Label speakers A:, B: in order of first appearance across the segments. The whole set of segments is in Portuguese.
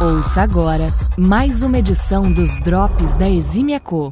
A: Ouça agora mais uma edição dos Drops da Exímia Co.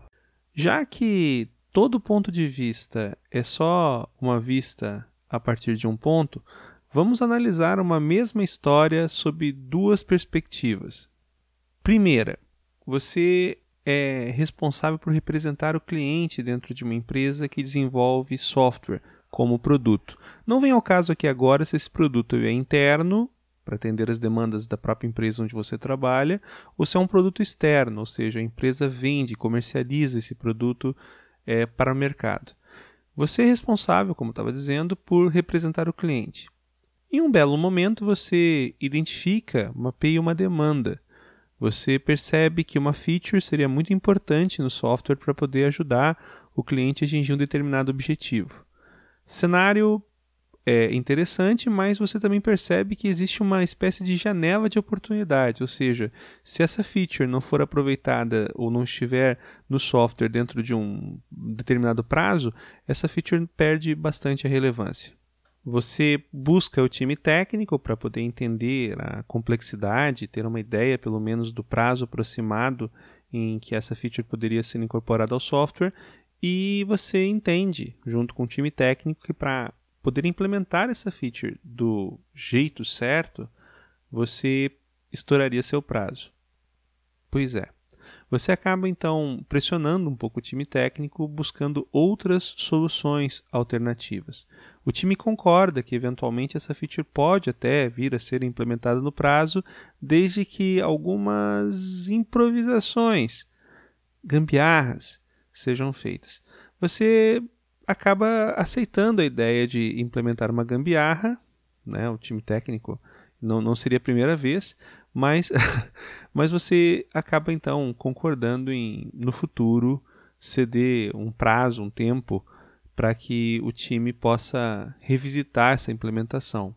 B: Já que todo ponto de vista é só uma vista a partir de um ponto, vamos analisar uma mesma história sob duas perspectivas. Primeira, você é responsável por representar o cliente dentro de uma empresa que desenvolve software como produto. Não vem ao caso aqui agora se esse produto é interno, para atender as demandas da própria empresa onde você trabalha, ou se é um produto externo, ou seja, a empresa vende, comercializa esse produto para o mercado. Você é responsável, como estava dizendo, por representar o cliente. Em um belo momento, você identifica, mapeia uma demanda. Você percebe que uma feature seria muito importante no software para poder ajudar o cliente a atingir um determinado objetivo. Cenário é interessante, mas você também percebe que existe uma espécie de janela de oportunidade, ou seja, se essa feature não for aproveitada ou não estiver no software dentro de um determinado prazo, essa feature perde bastante a relevância. Você busca o time técnico para poder entender a complexidade, ter uma ideia pelo menos do prazo aproximado em que essa feature poderia ser incorporada ao software, e você entende, junto com o time técnico, que para poder implementar essa feature do jeito certo, você estouraria seu prazo. Pois é. Você acaba então pressionando um pouco o time técnico, buscando outras soluções alternativas. O time concorda que eventualmente essa feature pode até vir a ser implementada no prazo, desde que algumas improvisações, gambiarras, sejam feitas. Você acaba aceitando a ideia de implementar uma gambiarra, né? O time técnico não seria a primeira vez, mas você acaba então concordando em, no futuro, ceder um prazo, um tempo, para que o time possa revisitar essa implementação.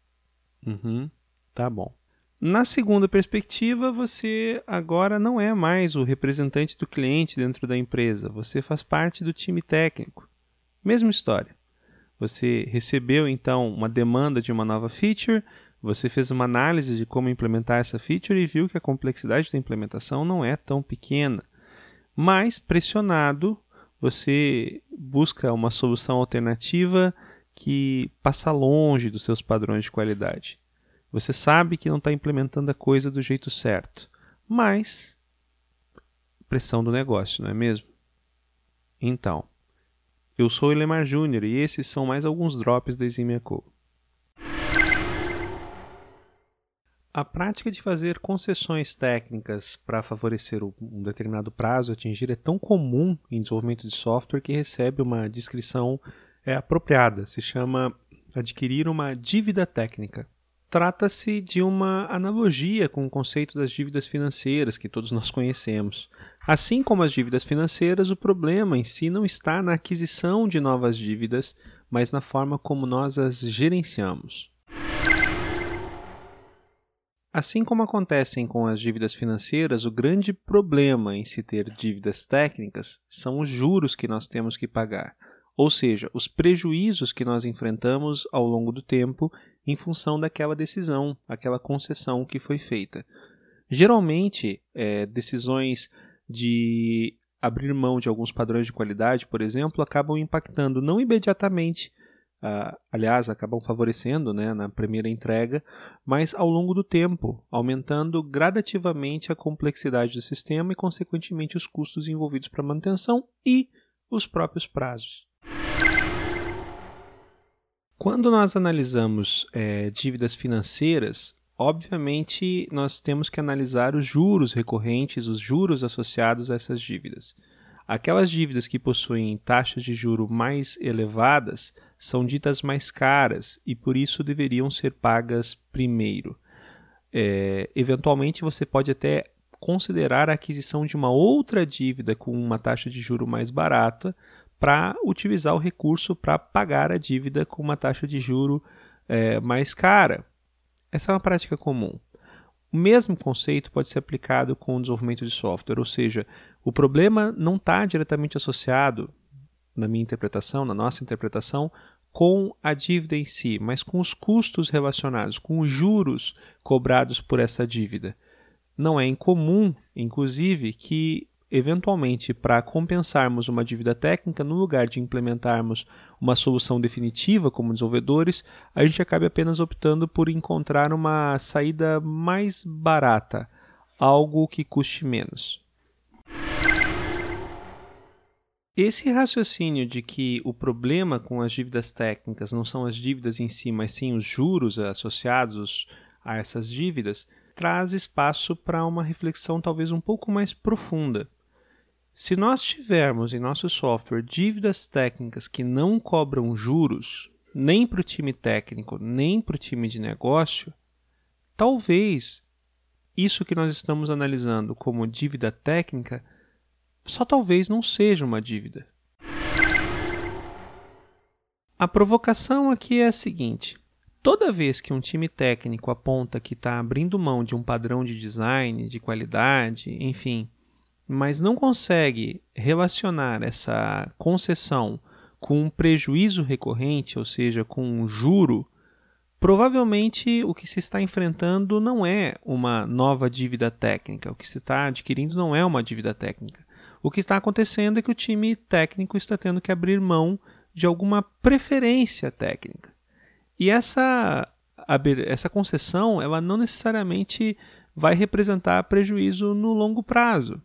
B: Tá bom. Na segunda perspectiva, você agora não é mais o representante do cliente dentro da empresa, você faz parte do time técnico. Mesma história. Você recebeu então uma demanda de uma nova feature, você fez uma análise de como implementar essa feature e viu que a complexidade da implementação não é tão pequena. Mas, pressionado, você busca uma solução alternativa que passa longe dos seus padrões de qualidade. Você sabe que não está implementando a coisa do jeito certo, mas pressão do negócio, não é mesmo? Então, eu sou o Elemar Júnior e esses são mais alguns drops da Exímia Co. A prática de fazer concessões técnicas para favorecer um determinado prazo a atingir é tão comum em desenvolvimento de software que recebe uma descrição apropriada. Se chama adquirir uma dívida técnica. Trata-se de uma analogia com o conceito das dívidas financeiras que todos nós conhecemos. Assim como as dívidas financeiras, o problema em si não está na aquisição de novas dívidas, mas na forma como nós as gerenciamos. Assim como acontecem com as dívidas financeiras, o grande problema em se ter dívidas técnicas são os juros que nós temos que pagar, ou seja, os prejuízos que nós enfrentamos ao longo do tempo em função daquela decisão, aquela concessão que foi feita. Geralmente, decisões de abrir mão de alguns padrões de qualidade, por exemplo, acabam impactando não imediatamente, aliás, acabam favorecendo, né, na primeira entrega, mas ao longo do tempo, aumentando gradativamente a complexidade do sistema e, consequentemente, os custos envolvidos para a manutenção e os próprios prazos. Quando nós analisamos dívidas financeiras, obviamente nós temos que analisar os juros recorrentes, os juros associados a essas dívidas. Aquelas dívidas que possuem taxas de juro mais elevadas são ditas mais caras e por isso deveriam ser pagas primeiro. Eventualmente você pode até considerar a aquisição de uma outra dívida com uma taxa de juro mais barata para utilizar o recurso para pagar a dívida com uma taxa de juro mais cara. Essa é uma prática comum. O mesmo conceito pode ser aplicado com o desenvolvimento de software, ou seja, o problema não está diretamente associado, na minha interpretação, na nossa interpretação, com a dívida em si, mas com os custos relacionados, com os juros cobrados por essa dívida. Não é incomum, inclusive, que eventualmente, para compensarmos uma dívida técnica, no lugar de implementarmos uma solução definitiva como desenvolvedores, a gente acabe apenas optando por encontrar uma saída mais barata, algo que custe menos. Esse raciocínio de que o problema com as dívidas técnicas não são as dívidas em si, mas sim os juros associados a essas dívidas, traz espaço para uma reflexão talvez um pouco mais profunda. Se nós tivermos em nosso software dívidas técnicas que não cobram juros, nem para o time técnico, nem para o time de negócio, talvez isso que nós estamos analisando como dívida técnica só talvez não seja uma dívida. A provocação aqui é a seguinte: toda vez que um time técnico aponta que está abrindo mão de um padrão de design, de qualidade, enfim, mas não consegue relacionar essa concessão com um prejuízo recorrente, ou seja, com um juro, provavelmente o que se está enfrentando não é uma nova dívida técnica, o que se está adquirindo não é uma dívida técnica. O que está acontecendo é que o time técnico está tendo que abrir mão de alguma preferência técnica. E essa concessão, ela não necessariamente vai representar prejuízo no longo prazo.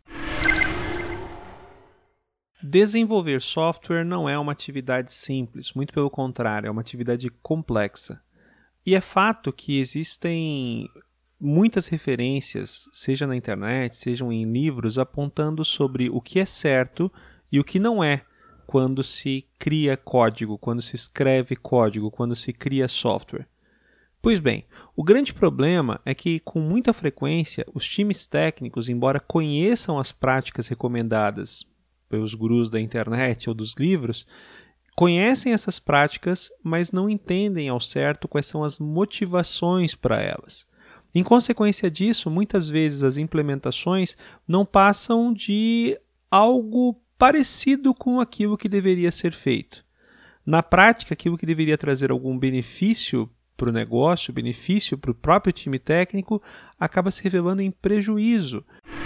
B: Desenvolver software não é uma atividade simples, muito pelo contrário, é uma atividade complexa. E é fato que existem muitas referências, seja na internet, sejam em livros, apontando sobre o que é certo e o que não é quando se cria código, quando se escreve código, quando se cria software. Pois bem, o grande problema é que, com muita frequência, os times técnicos, embora conheçam as práticas recomendadas pelos gurus da internet ou dos livros, conhecem essas práticas, mas não entendem ao certo quais são as motivações para elas. Em consequência disso, muitas vezes as implementações não passam de algo parecido com aquilo que deveria ser feito. Na prática, aquilo que deveria trazer algum benefício para o negócio, benefício para o próprio time técnico, acaba se revelando em prejuízo.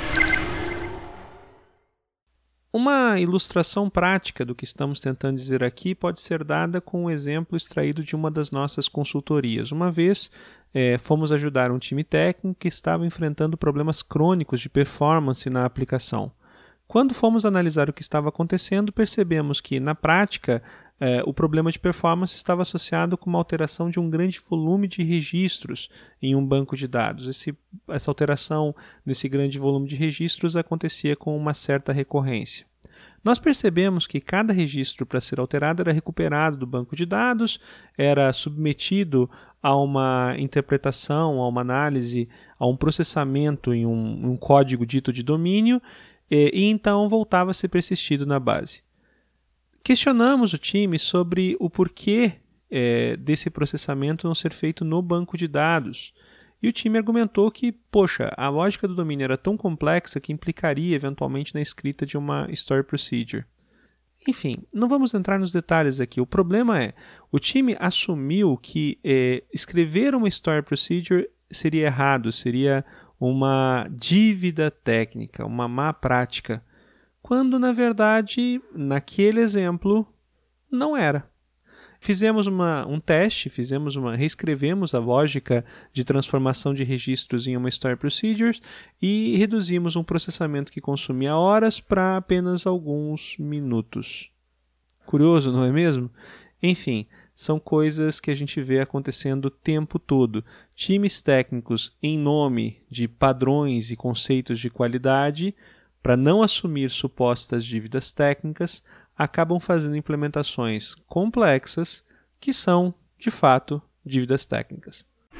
B: Uma ilustração prática do que estamos tentando dizer aqui pode ser dada com um exemplo extraído de uma das nossas consultorias. Uma vez fomos ajudar um time técnico que estava enfrentando problemas crônicos de performance na aplicação. Quando fomos analisar o que estava acontecendo, percebemos que, na prática, o problema de performance estava associado com uma alteração de um grande volume de registros em um banco de dados. Essa alteração nesse grande volume de registros acontecia com uma certa recorrência. Nós percebemos que cada registro para ser alterado era recuperado do banco de dados, era submetido a uma interpretação, a uma análise, a um processamento em um código dito de domínio, e então voltava a ser persistido na base. Questionamos o time sobre o porquê desse processamento não ser feito no banco de dados. E o time argumentou que, a lógica do domínio era tão complexa que implicaria eventualmente na escrita de uma Story Procedure. Enfim, não vamos entrar nos detalhes aqui. O problema é, o time assumiu que escrever uma Story Procedure seria errado, seria uma dívida técnica, uma má prática, quando, na verdade, naquele exemplo, não era. Fizemos um teste, reescrevemos a lógica de transformação de registros em uma Story Procedures e reduzimos um processamento que consumia horas para apenas alguns minutos. Curioso, não é mesmo? Enfim, são coisas que a gente vê acontecendo o tempo todo. Times técnicos, em nome de padrões e conceitos de qualidade, para não assumir supostas dívidas técnicas, acabam fazendo implementações complexas que são, de fato, dívidas técnicas.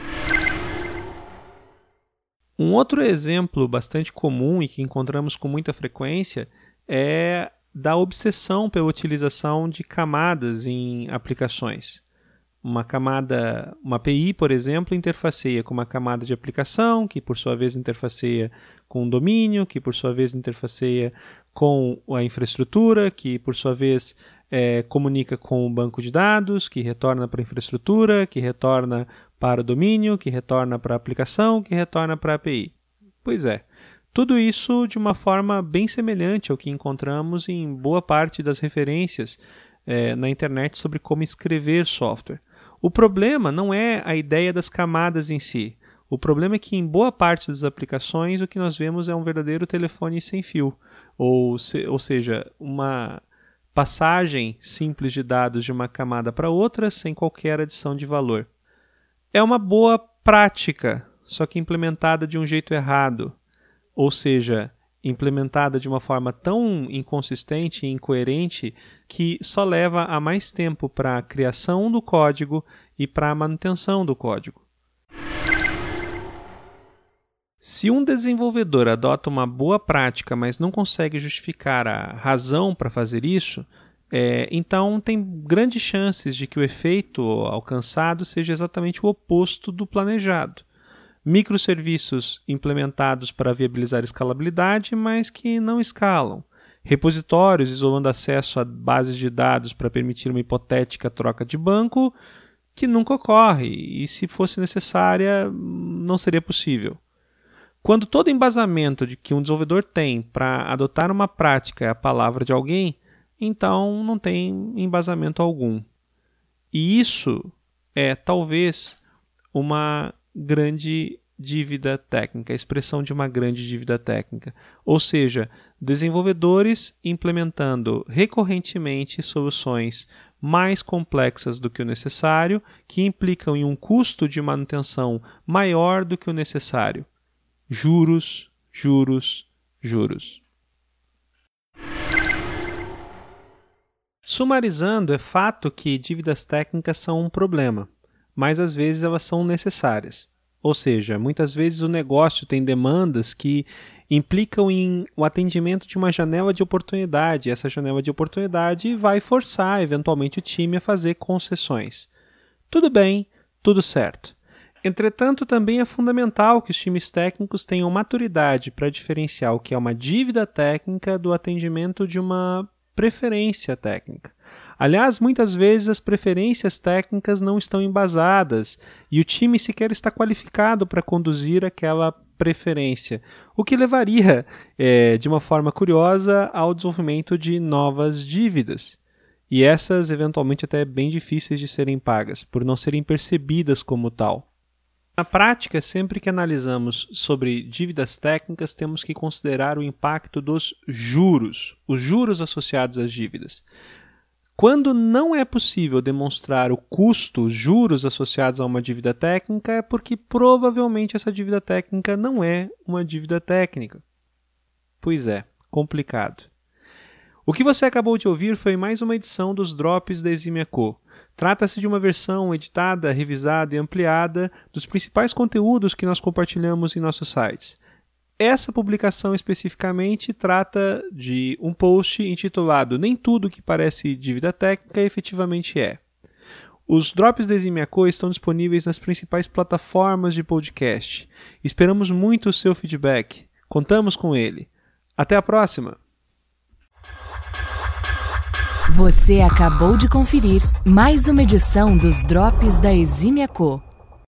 B: Um outro exemplo bastante comum e que encontramos com muita frequência é da obsessão pela utilização de camadas em aplicações. uma API, por exemplo, interfaceia com uma camada de aplicação, que por sua vez interfaceia com um domínio, que por sua vez interfaceia com a infraestrutura, que por sua vez comunica com o banco de dados, que retorna para a infraestrutura, que retorna para o domínio, que retorna para a aplicação, que retorna para a API. Pois é, tudo isso de uma forma bem semelhante ao que encontramos em boa parte das referências na internet sobre como escrever software. O problema não é a ideia das camadas em si. O problema é que em boa parte das aplicações o que nós vemos é um verdadeiro telefone sem fio, ou seja, uma passagem simples de dados de uma camada para outra sem qualquer adição de valor. É uma boa prática, só que implementada de um jeito errado, ou seja, implementada de uma forma tão inconsistente e incoerente que só leva a mais tempo para a criação do código e para a manutenção do código. Se um desenvolvedor adota uma boa prática, mas não consegue justificar a razão para fazer isso, então tem grandes chances de que o efeito alcançado seja exatamente o oposto do planejado. Microserviços implementados para viabilizar escalabilidade, mas que não escalam. Repositórios isolando acesso a bases de dados para permitir uma hipotética troca de banco, que nunca ocorre, e se fosse necessária, não seria possível. Quando todo embasamento de que um desenvolvedor tem para adotar uma prática é a palavra de alguém, então não tem embasamento algum. E isso é talvez uma grande dívida técnica, a expressão de uma grande dívida técnica. Ou seja, desenvolvedores implementando recorrentemente soluções mais complexas do que o necessário, que implicam em um custo de manutenção maior do que o necessário. Juros, juros, juros. Sumarizando, é fato que dívidas técnicas são um problema, mas às vezes elas são necessárias. Ou seja, muitas vezes o negócio tem demandas que implicam em o atendimento de uma janela de oportunidade. Essa janela de oportunidade vai forçar, eventualmente, o time a fazer concessões. Tudo bem, tudo certo. Entretanto, também é fundamental que os times técnicos tenham maturidade para diferenciar o que é uma dívida técnica do atendimento de uma preferência técnica. Aliás, muitas vezes as preferências técnicas não estão embasadas e o time sequer está qualificado para conduzir aquela preferência, o que levaria, de uma forma curiosa, ao desenvolvimento de novas dívidas. E essas, eventualmente, até bem difíceis de serem pagas, por não serem percebidas como tal. Na prática, sempre que analisamos sobre dívidas técnicas, temos que considerar o impacto dos juros, os juros associados às dívidas. Quando não é possível demonstrar o custo, os juros associados a uma dívida técnica, é porque provavelmente essa dívida técnica não é uma dívida técnica. Pois é, complicado. O que você acabou de ouvir foi mais uma edição dos Drops da Eximia Co. Trata-se de uma versão editada, revisada e ampliada dos principais conteúdos que nós compartilhamos em nossos sites. Essa publicação especificamente trata de um post intitulado Nem tudo que parece dívida técnica efetivamente é. Os Drops da Eximia Co estão disponíveis nas principais plataformas de podcast. Esperamos muito o seu feedback. Contamos com ele. Até a próxima!
A: Você acabou de conferir mais uma edição dos Drops da Eximia Co.